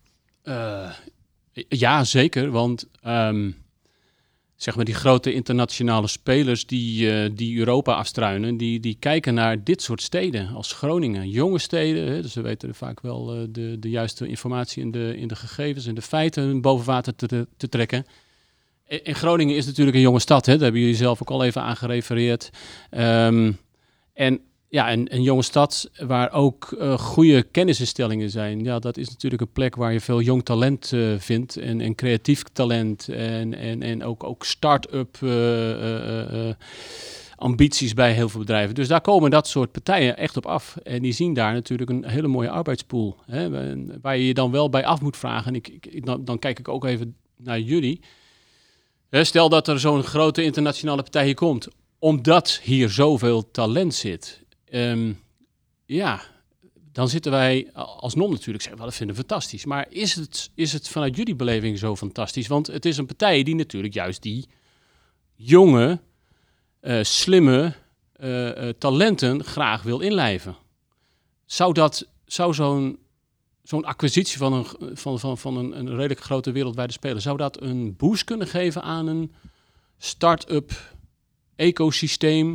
Ja, zeker. Want zeg maar die grote internationale spelers die Europa afstruinen, die kijken naar dit soort steden als Groningen. Jonge steden, hè, dus ze weten vaak wel de juiste informatie in de gegevens en de feiten boven water te trekken. En Groningen is natuurlijk een jonge stad, hè, daar hebben jullie zelf ook al even aan gerefereerd. En een jonge stad waar ook goede kennisinstellingen zijn. Ja, dat is natuurlijk een plek waar je veel jong talent vindt. En creatief talent. En ook start-up ambities bij heel veel bedrijven. Dus daar komen dat soort partijen echt op af. En die zien daar natuurlijk een hele mooie arbeidspool. Hè, waar je je dan wel bij af moet vragen. En dan kijk ik ook even naar jullie. Stel dat er zo'n grote internationale partij hier komt. Omdat hier zoveel talent zit. Dan zitten wij als NOM natuurlijk zeggen, dat vinden we fantastisch. Maar is het vanuit jullie beleving zo fantastisch? Want het is een partij die natuurlijk juist die jonge, slimme talenten graag wil inlijven. Zou zo'n acquisitie van een redelijk grote wereldwijde speler, zou dat een boost kunnen geven aan een start-up ecosysteem?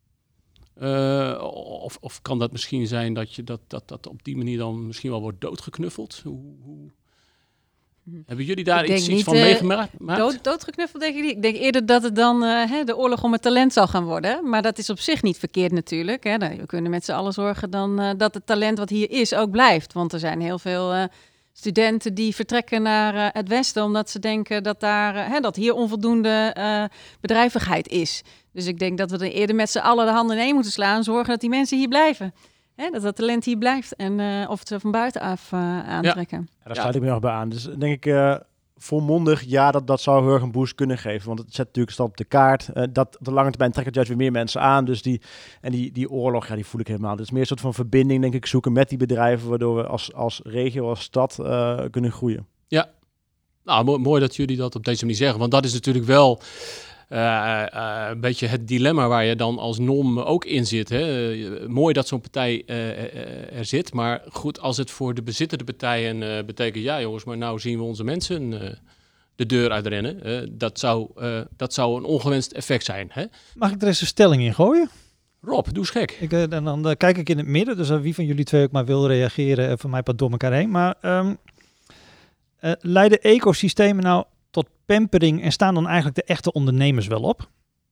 Of kan dat misschien zijn dat je dat op die manier dan misschien wel wordt doodgeknuffeld? Hebben jullie daar iets van meegemaakt? Doodgeknuffeld denk ik niet. Ik denk eerder dat het dan de oorlog om het talent zal gaan worden. Maar dat is op zich niet verkeerd natuurlijk. Hè. We kunnen met z'n allen zorgen dan dat het talent wat hier is ook blijft. Want er zijn heel veel studenten die vertrekken naar het westen, omdat ze denken dat hier onvoldoende bedrijvigheid is. Dus ik denk dat we er eerder met z'n allen de handen in één moeten slaan, zorgen dat die mensen hier blijven. Dat talent hier blijft en of ze van buitenaf aantrekken. Ja, daar sluit ik me nog bij aan. Dus denk ik volmondig, dat zou heel erg een boost kunnen geven. Want het zet natuurlijk een stap op de kaart. Dat op de lange termijn trekt het juist weer meer mensen aan. Dus die oorlog, die voel ik helemaal. Het is meer een soort van verbinding, denk ik, zoeken met die bedrijven, waardoor we als regio, als stad kunnen groeien. Ja. Nou, mooi dat jullie dat op deze manier zeggen. Want dat is natuurlijk wel een beetje het dilemma waar je dan als NOM ook in zit. Hè? Mooi dat zo'n partij er zit. Maar goed, als het voor de bezittende partijen betekent, ja jongens, maar nou zien we onze mensen de deur uitrennen. Dat zou een ongewenst effect zijn. Hè? Mag ik er eens een stelling in gooien? Rob, doe eens gek. Dan kijk ik in het midden. Dus wie van jullie twee ook maar wil reageren, voor mij pas door elkaar heen. Maar leiden ecosystemen nou tot pampering en staan dan eigenlijk de echte ondernemers wel op?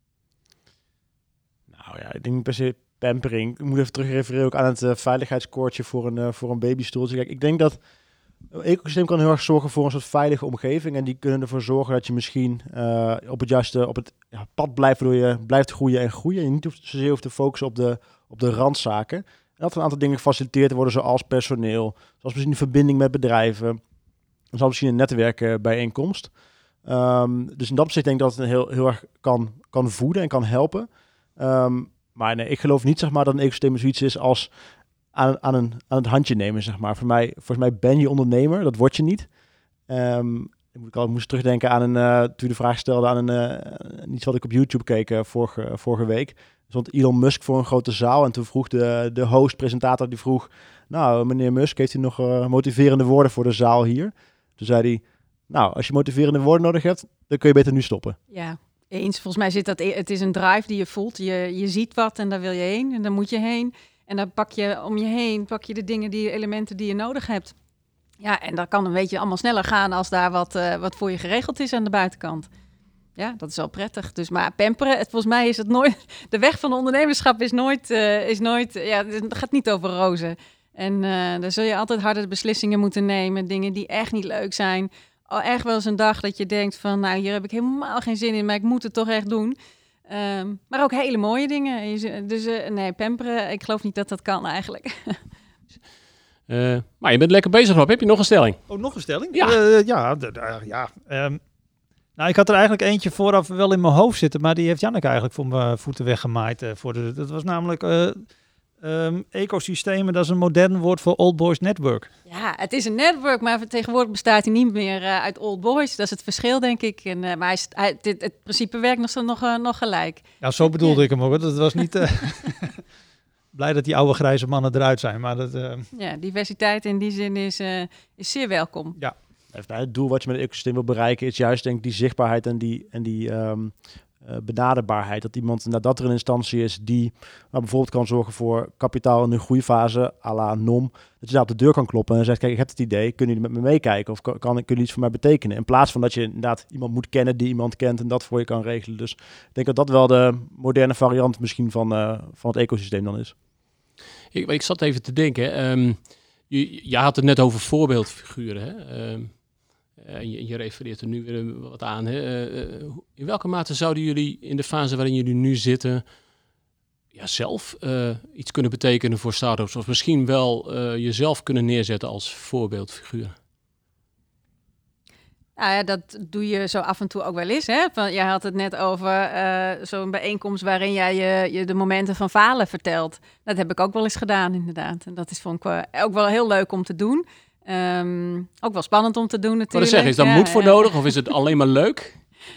Nou ja, ik denk niet per se pampering. Ik moet even terug refereren ook aan het veiligheidskoordje voor een babystoeltje. Kijk, ik denk dat een ecosysteem kan heel erg zorgen voor een soort veilige omgeving. En die kunnen ervoor zorgen dat je misschien op het pad blijft, waardoor je blijft groeien en groeien. En je niet zozeer hoeft te focussen op de randzaken. En dat er een aantal dingen gefaciliteerd worden, zoals personeel, zoals misschien een verbinding met bedrijven, zoals misschien een netwerkbijeenkomst. Dus in dat opzicht denk ik dat het heel erg kan voeden en kan helpen. Maar nee, ik geloof niet zeg maar dat een ecosysteem zoiets is als aan het handje nemen, zeg maar. Volgens mij ben je ondernemer, dat word je niet. Ik moest terugdenken aan toen je de vraag stelde aan iets wat ik op YouTube keek vorige week. Er stond Elon Musk voor een grote zaal en toen vroeg de host-presentator, die vroeg, nou, meneer Musk, heeft u nog motiverende woorden voor de zaal hier? Toen zei hij, nou, als je motiverende woorden nodig hebt, dan kun je beter nu stoppen. Ja, eens. Volgens mij het is een drive die je voelt. Je ziet wat en daar wil je heen en daar moet je heen. En dan pak je om je heen, de dingen, elementen die je nodig hebt. Ja, en dat kan een beetje allemaal sneller gaan als daar wat voor je geregeld is aan de buitenkant. Ja, dat is wel prettig. Dus maar pamperen, volgens mij is het nooit. De weg van ondernemerschap is nooit. Het gaat niet over rozen. En dan zul je altijd harde beslissingen moeten nemen. Dingen die echt niet leuk zijn. Echt wel eens een dag dat je denkt van, nou, hier heb ik helemaal geen zin in, maar ik moet het toch echt doen. Maar ook hele mooie dingen. Dus nee, pamperen, ik geloof niet dat dat kan eigenlijk. Maar je bent lekker bezig, Rob. Heb je nog een stelling? Oh, nog een stelling? Ja. Nou, ik had er eigenlijk eentje vooraf wel in mijn hoofd zitten, maar die heeft Janneke eigenlijk voor mijn voeten weggemaaid. Dat was namelijk ecosystemen, dat is een modern woord voor Old Boys Network. Ja, het is een netwerk, maar tegenwoordig bestaat hij niet meer uit Old Boys. Dat is het verschil, denk ik. Maar het principe werkt nog gelijk. Ja, zo bedoelde ik hem ook. Dat was niet... Blij dat die oude grijze mannen eruit zijn. Maar Ja, diversiteit in die zin is zeer welkom. Ja. Het doel wat je met het ecosysteem wil bereiken is juist denk ik die zichtbaarheid en die benaderbaarheid. Dat iemand, dat er een instantie is die bijvoorbeeld kan zorgen voor kapitaal in een groeifase à la NOM. Dat je daar op de deur kan kloppen en zegt, kijk, ik heb het idee, kunnen jullie met me meekijken? Of kunnen jullie iets voor mij betekenen? In plaats van dat je inderdaad iemand moet kennen die iemand kent en dat voor je kan regelen. Dus ik denk dat dat wel de moderne variant misschien van het ecosysteem dan is. Ik zat even te denken. Je had het net over voorbeeldfiguren. Hè? Je refereert er nu weer wat aan. Hè? In welke mate zouden jullie in de fase waarin jullie nu zitten zelf iets kunnen betekenen voor start-ups? Of misschien wel jezelf kunnen neerzetten als voorbeeldfiguur? Nou ja, dat doe je zo af en toe ook wel eens. Hè? Jij had het net over zo'n bijeenkomst waarin jij je de momenten van falen vertelt. Dat heb ik ook wel eens gedaan, inderdaad. En dat vond ik ook wel heel leuk om te doen. Ook wel spannend om te doen natuurlijk. Wat is daar moed voor nodig of is het alleen maar leuk?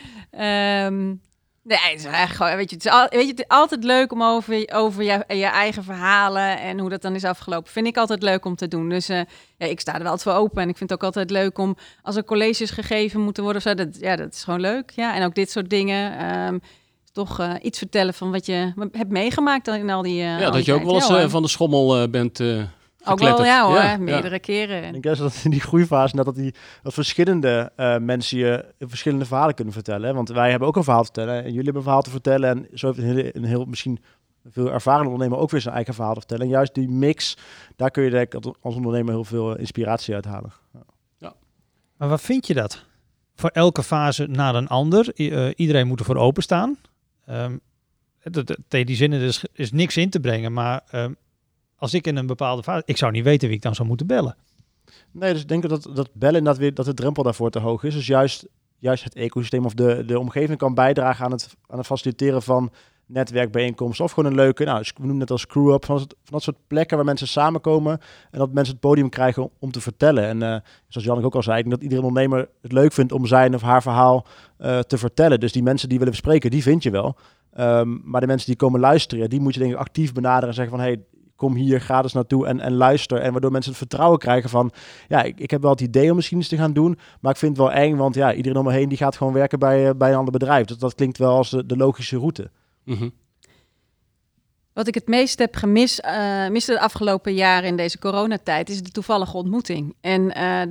Nee, het is eigenlijk gewoon, het is altijd leuk om over je eigen verhalen en hoe dat dan is afgelopen. Vind ik altijd leuk om te doen. Dus ik sta er wel altijd voor open. En ik vind het ook altijd leuk om, als er colleges gegeven moeten worden of zo, dat is gewoon leuk. Ja, en ook dit soort dingen. Toch iets vertellen van wat je hebt meegemaakt in al die dat je ook wel eens van de schommel bent ook wel, ja hoor, meerdere keren. Ik denk dat in die groeifase dat verschillende mensen je verschillende verhalen kunnen vertellen. Hè? Want wij hebben ook een verhaal te vertellen en jullie hebben een verhaal te vertellen. En zo heeft een heel misschien veel ervaren ondernemer ook weer zijn eigen verhaal te vertellen. En juist die mix, daar kun je denk ik als ondernemer heel veel inspiratie uit halen. Ja. Maar wat vind je dat? Voor elke fase naar een ander. Iedereen moet ervoor openstaan. Tegen die zinnen is niks in te brengen, maar als ik in een bepaalde fase... Ik zou niet weten wie ik dan zou moeten bellen. Nee, dus ik denk dat bellen dat de drempel daarvoor te hoog is. Dus juist het ecosysteem of de omgeving kan bijdragen aan het faciliteren van netwerkbijeenkomsten. Of gewoon een leuke, we noemen het als crew-up, van dat soort plekken waar mensen samenkomen en dat mensen het podium krijgen om te vertellen. En zoals Janneke ook al zei, ik denk dat iedere ondernemer het leuk vindt om zijn of haar verhaal te vertellen. Dus die mensen die willen bespreken, die vind je wel. Maar de mensen die komen luisteren, die moet je denk ik actief benaderen en zeggen van, hey, kom hier, ga dus naartoe en luister. En waardoor mensen het vertrouwen krijgen van, ik heb wel het idee om misschien iets te gaan doen, maar ik vind het wel eng, want iedereen om me heen die gaat gewoon werken bij een ander bedrijf. Dus dat klinkt wel als de logische route. Mm-hmm. Wat ik het meest heb miste de afgelopen jaren in deze coronatijd is de toevallige ontmoeting. En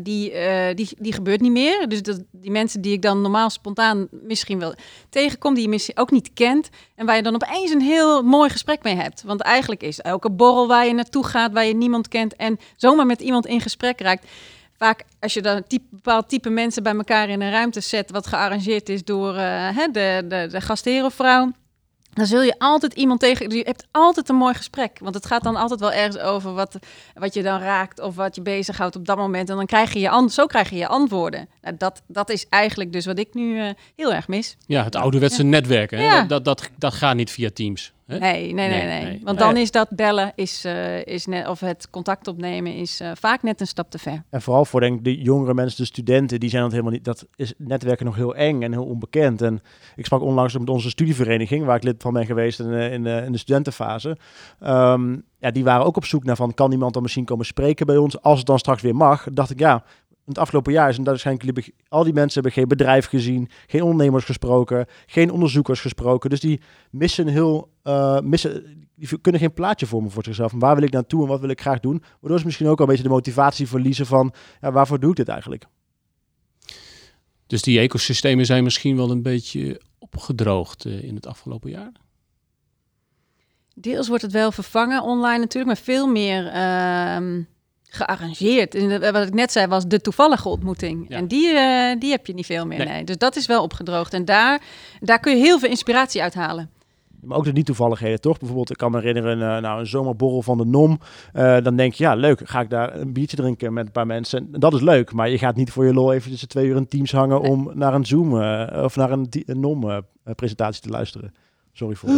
die gebeurt niet meer. Dus die mensen die ik dan normaal spontaan misschien wel tegenkom, die je misschien ook niet kent. En waar je dan opeens een heel mooi gesprek mee hebt. Want eigenlijk is elke borrel waar je naartoe gaat, waar je niemand kent en zomaar met iemand in gesprek raakt. Vaak als je dan een bepaald type mensen bij elkaar in een ruimte zet, wat gearrangeerd is door de gastheer of vrouw, dan zul je altijd iemand tegen... Je hebt altijd een mooi gesprek. Want het gaat dan altijd wel ergens over wat je dan raakt of wat je bezighoudt op dat moment. En dan krijg je je antwoorden. Nou, dat is eigenlijk dus wat ik nu heel erg mis. Ja, het ouderwetse netwerken. Hè? Ja. Dat gaat niet via Teams. Hè? Nee. Want dan is dat bellen, is net, of het contact opnemen, is vaak net een stap te ver. En vooral voor denk ik de jongere mensen, de studenten, die zijn dat helemaal niet. Dat is netwerken nog heel eng en heel onbekend. En ik sprak onlangs met onze studievereniging, waar ik lid van ben geweest in de studentenfase. Die waren ook op zoek naar van, kan iemand dan misschien komen spreken bij ons, als het dan straks weer mag. Dacht ik, het afgelopen jaar is en waarschijnlijk al die mensen hebben geen bedrijf gezien, geen ondernemers gesproken, geen onderzoekers gesproken. Dus die die kunnen geen plaatje vormen voor zichzelf. Van waar wil ik naartoe en wat wil ik graag doen? Waardoor ze misschien ook al een beetje de motivatie verliezen van, waarvoor doe ik dit eigenlijk? Dus die ecosystemen zijn misschien wel een beetje opgedroogd in het afgelopen jaar? Deels wordt het wel vervangen online natuurlijk, maar veel meer gearrangeerd. Wat ik net zei was de toevallige ontmoeting. Ja. En die heb je niet veel meer. Nee. Dus dat is wel opgedroogd. En daar kun je heel veel inspiratie uithalen. Maar ook de niet-toevalligheden, toch? Bijvoorbeeld, ik kan me herinneren, een zomerborrel van de NOM. Dan denk je, leuk, ga ik daar een biertje drinken met een paar mensen. En dat is leuk, maar je gaat niet voor je lol even tussen 2 uur in Teams hangen om naar een Zoom of naar een NOM-presentatie te luisteren. Sorry voor...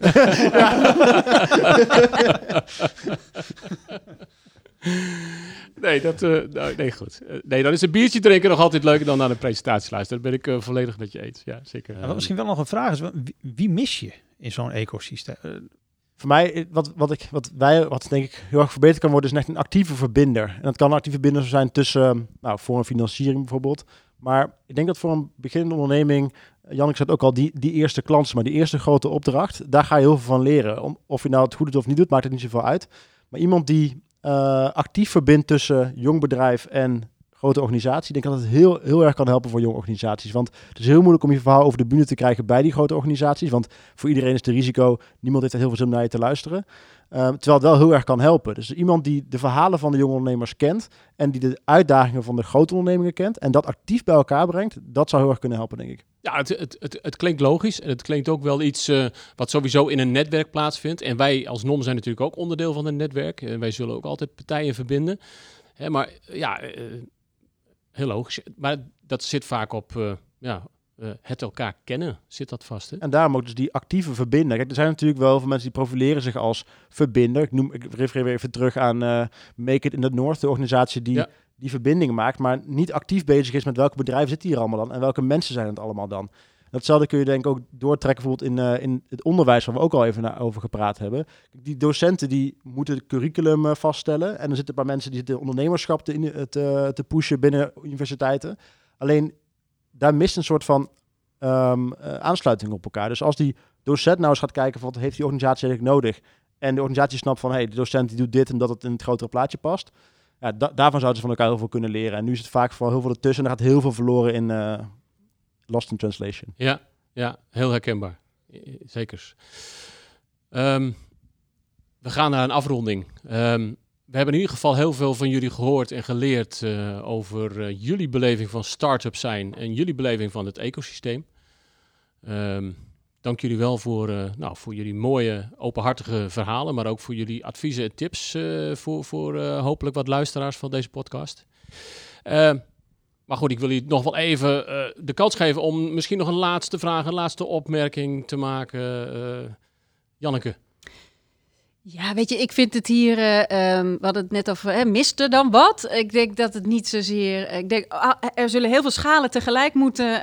Nee, goed. Dan is een biertje drinken nog altijd leuker dan naar een presentatie luisteren. Daar ben ik volledig met je eens. Ja, zeker. Wat misschien wel nog een vraag is, wie mis je in zo'n ecosysteem? Voor mij, wat denk ik heel erg verbeterd kan worden, is echt een actieve verbinder. En dat kan een actieve verbinder zijn tussen, voor een financiering bijvoorbeeld. Maar ik denk dat voor een beginnende onderneming, Janneke zei ook al, die eerste klant, maar die eerste grote opdracht, daar ga je heel veel van leren. Of je nou het goed doet of niet doet, maakt het niet zoveel uit. Maar iemand die actief verbindt tussen jong bedrijf en grote organisatie. Ik denk dat het heel erg kan helpen voor jonge organisaties. Want het is heel moeilijk om je verhaal over de bühne te krijgen bij die grote organisaties. Want voor iedereen is het risico, niemand heeft er heel veel zin om naar je te luisteren. Terwijl het wel heel erg kan helpen. Dus iemand die de verhalen van de jonge ondernemers kent en die de uitdagingen van de grote ondernemingen kent en dat actief bij elkaar brengt, dat zou heel erg kunnen helpen, denk ik. Ja, het klinkt logisch en het klinkt ook wel iets wat sowieso in een netwerk plaatsvindt. En wij als NOM zijn natuurlijk ook onderdeel van een netwerk. En wij zullen ook altijd partijen verbinden. Hè, maar ja, heel logisch. Maar dat zit vaak op het elkaar kennen, zit dat vast. Hè? En daarom ook dus die actieve verbinder. Kijk, er zijn natuurlijk wel veel mensen die profileren zich als verbinder. Ik refereer weer even terug aan Make It in the North, de organisatie die die verbinding maakt, maar niet actief bezig is met welke bedrijven zitten hier allemaal dan en welke mensen zijn het allemaal dan. Datzelfde kun je denk ik ook doortrekken bijvoorbeeld in het onderwijs, waar we ook al even over gepraat hebben. Die docenten die moeten het curriculum vaststellen en er zitten een paar mensen die zitten ondernemerschap te pushen binnen universiteiten. Alleen daar mist een soort van aansluiting op elkaar. Dus als die docent nou eens gaat kijken van wat heeft die organisatie eigenlijk nodig en de organisatie snapt van de docent die doet dit en dat het in het grotere plaatje past. Ja, daarvan zouden ze van elkaar heel veel kunnen leren. En nu is het vaak vooral heel veel ertussen en er gaat heel veel verloren in lost in translation. Ja, heel herkenbaar. Zeker. We gaan naar een afronding. We hebben in ieder geval heel veel van jullie gehoord en geleerd over jullie beleving van start-up zijn en jullie beleving van het ecosysteem. Dank jullie wel voor jullie mooie, openhartige verhalen, maar ook voor jullie adviezen en tips voor hopelijk wat luisteraars van deze podcast. Maar goed, ik wil jullie nog wel even de kans geven om misschien nog een laatste vraag, een laatste opmerking te maken. Janneke. Ja, weet je, ik vind het hier, we hadden het net over, miste dan wat? Ik denk dat het niet zozeer, er zullen heel veel schalen tegelijk moeten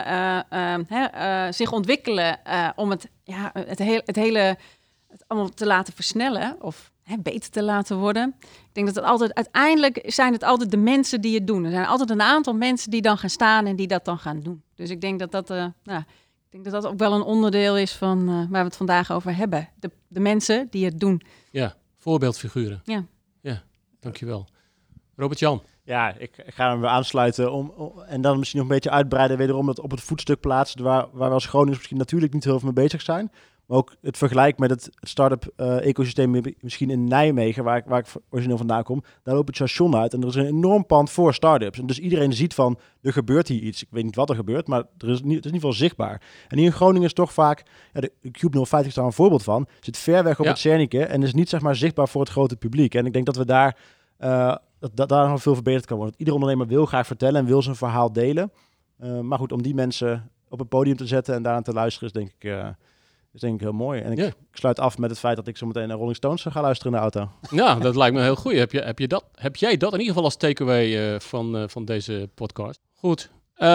zich ontwikkelen om het allemaal te laten versnellen of beter te laten worden. Ik denk dat het altijd, uiteindelijk zijn het altijd de mensen die het doen. Er zijn altijd een aantal mensen die dan gaan staan en die dat dan gaan doen. Dus ik denk dat ook wel een onderdeel is van waar we het vandaag over hebben. De mensen die het doen. Ja, voorbeeldfiguren. Ja, dankjewel. Robert-Jan. Ja, ik ga hem weer aansluiten en dan misschien nog een beetje uitbreiden wederom dat op het voetstuk plaatsen waar we als Groningers misschien natuurlijk niet heel veel mee bezig zijn. Maar ook het vergelijk met het start-up ecosysteem misschien in Nijmegen, waar ik origineel vandaan kom. Daar loopt het station uit en er is een enorm pand voor start-ups. En dus iedereen ziet van, er gebeurt hier iets. Ik weet niet wat er gebeurt, maar het is in ieder geval zichtbaar. En hier in Groningen is toch vaak, de Cube 050 is daar een voorbeeld van, zit ver weg op het Zernike en is niet zeg maar zichtbaar voor het grote publiek. En ik denk dat we daar nog veel verbeterd kan worden. Want ieder ondernemer wil graag vertellen en wil zijn verhaal delen. Maar goed, om die mensen op het podium te zetten en daaraan te luisteren is denk ik heel mooi. En ik sluit af met het feit dat ik zo meteen naar Rolling Stones ga luisteren in de auto. Ja, dat lijkt me heel goed. Heb jij dat in ieder geval als takeaway van deze podcast? Goed.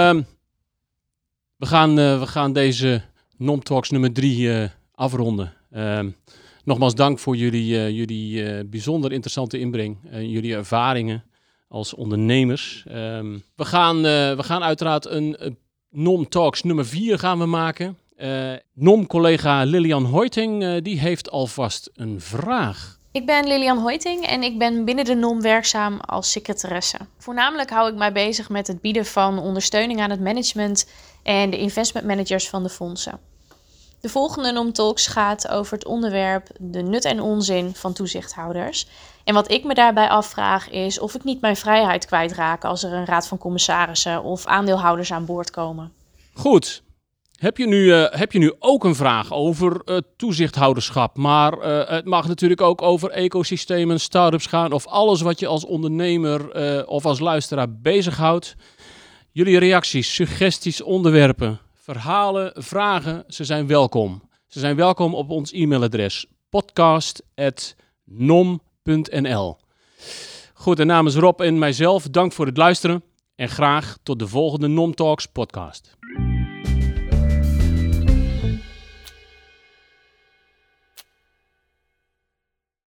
We gaan deze NOM Talks nummer 3 afronden. Nogmaals dank voor jullie bijzonder interessante inbreng. Jullie ervaringen als ondernemers. We gaan uiteraard een NOM Talks nummer 4 gaan we maken. NOM-collega Lilian Hoiting die heeft alvast een vraag. Ik ben Lilian Hoiting en ik ben binnen de NOM werkzaam als secretaresse. Voornamelijk hou ik mij bezig met het bieden van ondersteuning aan het management en de investment managers van de fondsen. De volgende NOM Talks gaat over het onderwerp de nut en onzin van toezichthouders. En wat ik me daarbij afvraag is of ik niet mijn vrijheid kwijtraak als er een raad van commissarissen of aandeelhouders aan boord komen. Goed. Heb je nu ook een vraag over toezichthouderschap? Maar het mag natuurlijk ook over ecosystemen, start-ups gaan of alles wat je als ondernemer of als luisteraar bezighoudt. Jullie reacties, suggesties, onderwerpen, verhalen, vragen, ze zijn welkom. Ze zijn welkom op ons e-mailadres podcast@nom.nl. Goed, en namens Rob en mijzelf, dank voor het luisteren en graag tot de volgende NOM Talks podcast.